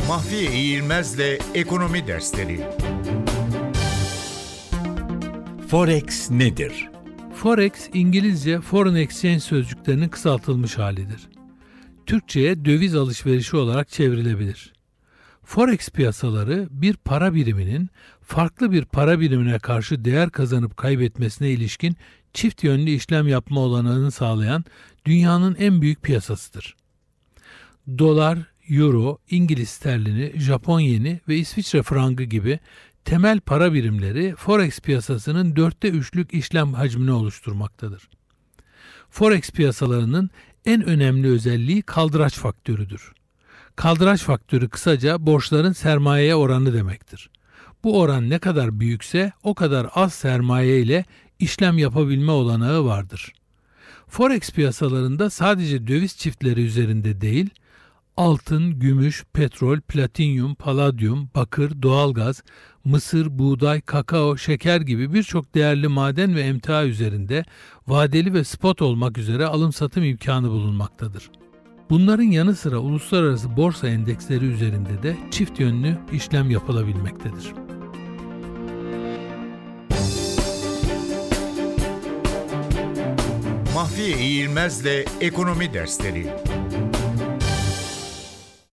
Mahfiye İğilmez'le Ekonomi Dersleri. Forex nedir? Forex, İngilizce Foreign Exchange sözcüklerinin kısaltılmış halidir. Türkçe'ye döviz alışverişi olarak çevrilebilir. Forex piyasaları bir para biriminin farklı bir para birimine karşı değer kazanıp kaybetmesine ilişkin çift yönlü işlem yapma olanağını sağlayan dünyanın en büyük piyasasıdır. Dolar, euro, İngiliz sterlini, Japon yeni ve İsviçre frangı gibi temel para birimleri Forex piyasasının 3'lük işlem hacmini oluşturmaktadır. Forex piyasalarının en önemli özelliği kaldıraç faktörüdür. Kaldıraç faktörü kısaca borçların sermayeye oranı demektir. Bu oran ne kadar büyükse o kadar az sermaye ile işlem yapabilme olanağı vardır. Forex piyasalarında sadece döviz çiftleri üzerinde değil, altın, gümüş, petrol, platinyum, paladyum, bakır, doğalgaz, mısır, buğday, kakao, şeker gibi birçok değerli maden ve emtia üzerinde vadeli ve spot olmak üzere alım-satım imkanı bulunmaktadır. Bunların yanı sıra uluslararası borsa endeksleri üzerinde de çift yönlü işlem yapılabilmektedir. Mahfiye İğilmez'le Ekonomi Dersleri.